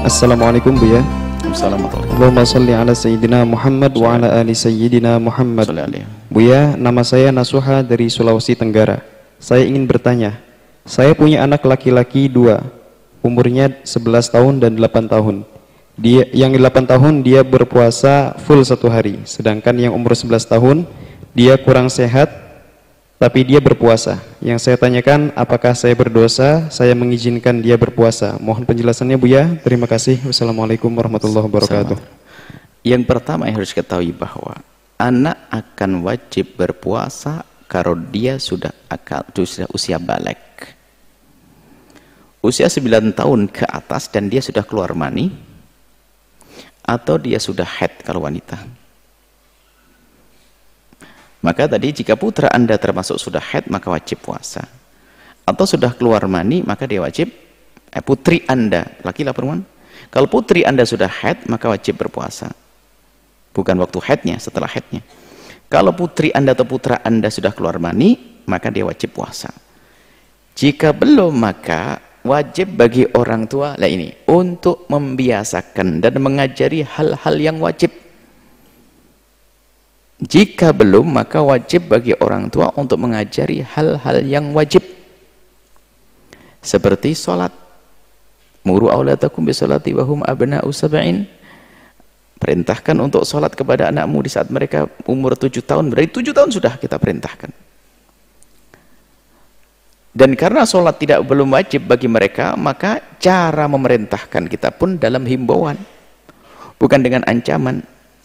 Assalamualaikum Buya. Assalamualaikum. Allahumma salli ala Sayyidina Muhammad wa ala ali Sayyidina Muhammad. Buya, nama saya Nasuha dari Sulawesi Tenggara. Saya ingin bertanya, saya punya anak laki-laki 2, umurnya 11 tahun dan 8 tahun. Yang 8 tahun dia berpuasa full 1 hari, sedangkan yang umur 11 tahun dia kurang sehat tapi dia berpuasa. Yang saya tanyakan, apakah saya berdosa saya mengizinkan dia berpuasa? Mohon penjelasannya Buya. Terima kasih. Wassalamualaikum warahmatullahi wabarakatuh. Yang pertama yang harus ketahui bahwa anak akan wajib berpuasa kalau dia sudah usia balik, usia 9 tahun ke atas, dan dia sudah keluar mani atau dia sudah haid kalau wanita. Maka tadi jika putra Anda termasuk sudah haid maka wajib puasa, atau sudah keluar mani maka dia wajib, putri Anda, laki-laki perempuan, kalau putri Anda sudah haid maka wajib berpuasa, bukan waktu haidnya, setelah haidnya. Kalau putri Anda atau putra Anda sudah keluar mani maka dia wajib puasa. Jika belum maka wajib bagi orang tua lah ini untuk membiasakan dan mengajari hal-hal yang wajib. Jika belum maka wajib bagi orang tua untuk mengajari hal-hal yang wajib seperti sholat. Muru auladakum bisolati wahum abna'u sab'in. Perintahkan untuk sholat kepada anakmu di saat mereka umur 7 tahun. Dari 7 tahun sudah kita perintahkan. Dan karena sholat belum wajib bagi mereka, maka cara memerintahkan kita pun dalam himbauan, bukan dengan ancaman.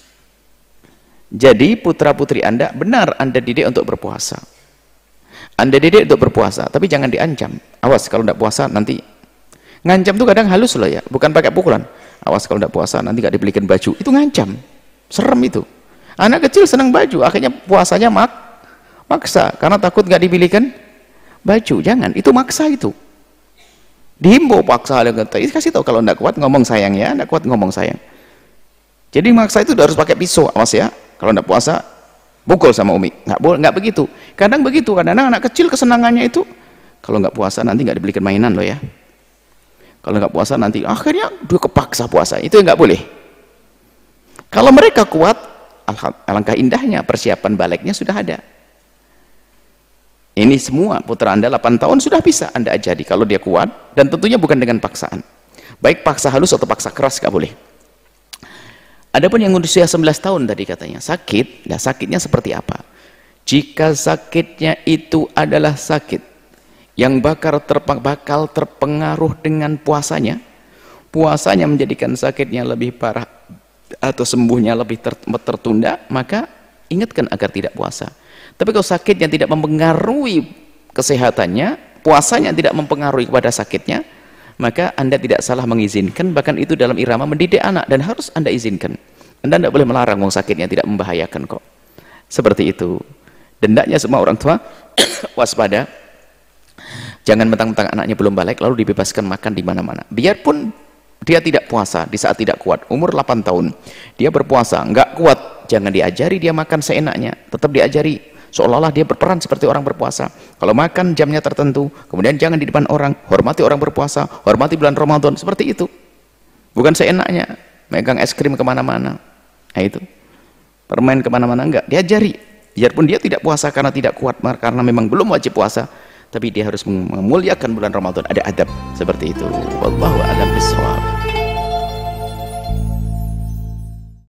Jadi putra-putri Anda benar Anda didik untuk berpuasa. Anda didik untuk berpuasa, tapi jangan diancam. Awas kalau tidak puasa nanti. Ngancam itu kadang halus loh ya, bukan pakai pukulan. Awas kalau tidak puasa nanti gak dibelikan baju. Itu ngancam. Serem itu. Anak kecil senang baju, akhirnya puasanya maksa karena takut gak dibelikan baju. Jangan, itu maksa itu. Dihimbau paksa, kasih tahu kalau tidak kuat ngomong sayang ya, tidak kuat ngomong sayang. Jadi maksa itu harus pakai pisau, awas ya. Kalau tidak puasa, pukul sama Umi. Nggak begitu. Kadang begitu, kadang anak kecil kesenangannya itu, kalau nggak puasa nanti nggak dibelikan mainan loh ya. Kalau nggak puasa nanti, akhirnya dia kepaksa puasa. Itu yang nggak boleh. Kalau mereka kuat, alangkah indahnya persiapan baliknya sudah ada. Ini semua putra Anda 8 tahun sudah bisa Anda ajari kalau dia kuat, dan tentunya bukan dengan paksaan. Baik paksa halus atau paksa keras, nggak boleh. Adapun yang usia 11 tahun tadi katanya sakit, nah sakitnya seperti apa? Jika sakitnya itu adalah sakit yang bakal terpengaruh dengan puasanya, puasanya menjadikan sakitnya lebih parah atau sembuhnya lebih tertunda, maka ingatkan agar tidak puasa. Tapi kalau sakitnya tidak mempengaruhi kesehatannya, puasanya tidak mempengaruhi kepada sakitnya, maka Anda tidak salah mengizinkan, bahkan itu dalam irama mendidik anak, dan harus Anda izinkan. Anda tidak boleh melarang, wong sakitnya tidak membahayakan kok. Seperti itu. Hendaknya semua orang tua waspada. Jangan mentang-mentang anaknya belum balik lalu dibebaskan makan di mana-mana. Biarpun dia tidak puasa di saat tidak kuat, umur 8 tahun, dia berpuasa, nggak kuat, jangan diajari dia makan seenaknya, tetap diajari seolah-olah dia berperan seperti orang berpuasa. Kalau makan jamnya tertentu, kemudian jangan di depan orang, hormati orang berpuasa, hormati bulan Ramadan, seperti itu. Bukan seenaknya megang es krim kemana-mana. Nah itu, permain kemana-mana, enggak, diajari. Biarpun dia tidak puasa karena tidak kuat, karena memang belum wajib puasa, tapi dia harus memuliakan bulan Ramadan, ada adab seperti itu. Wallahu a'lam bishawab.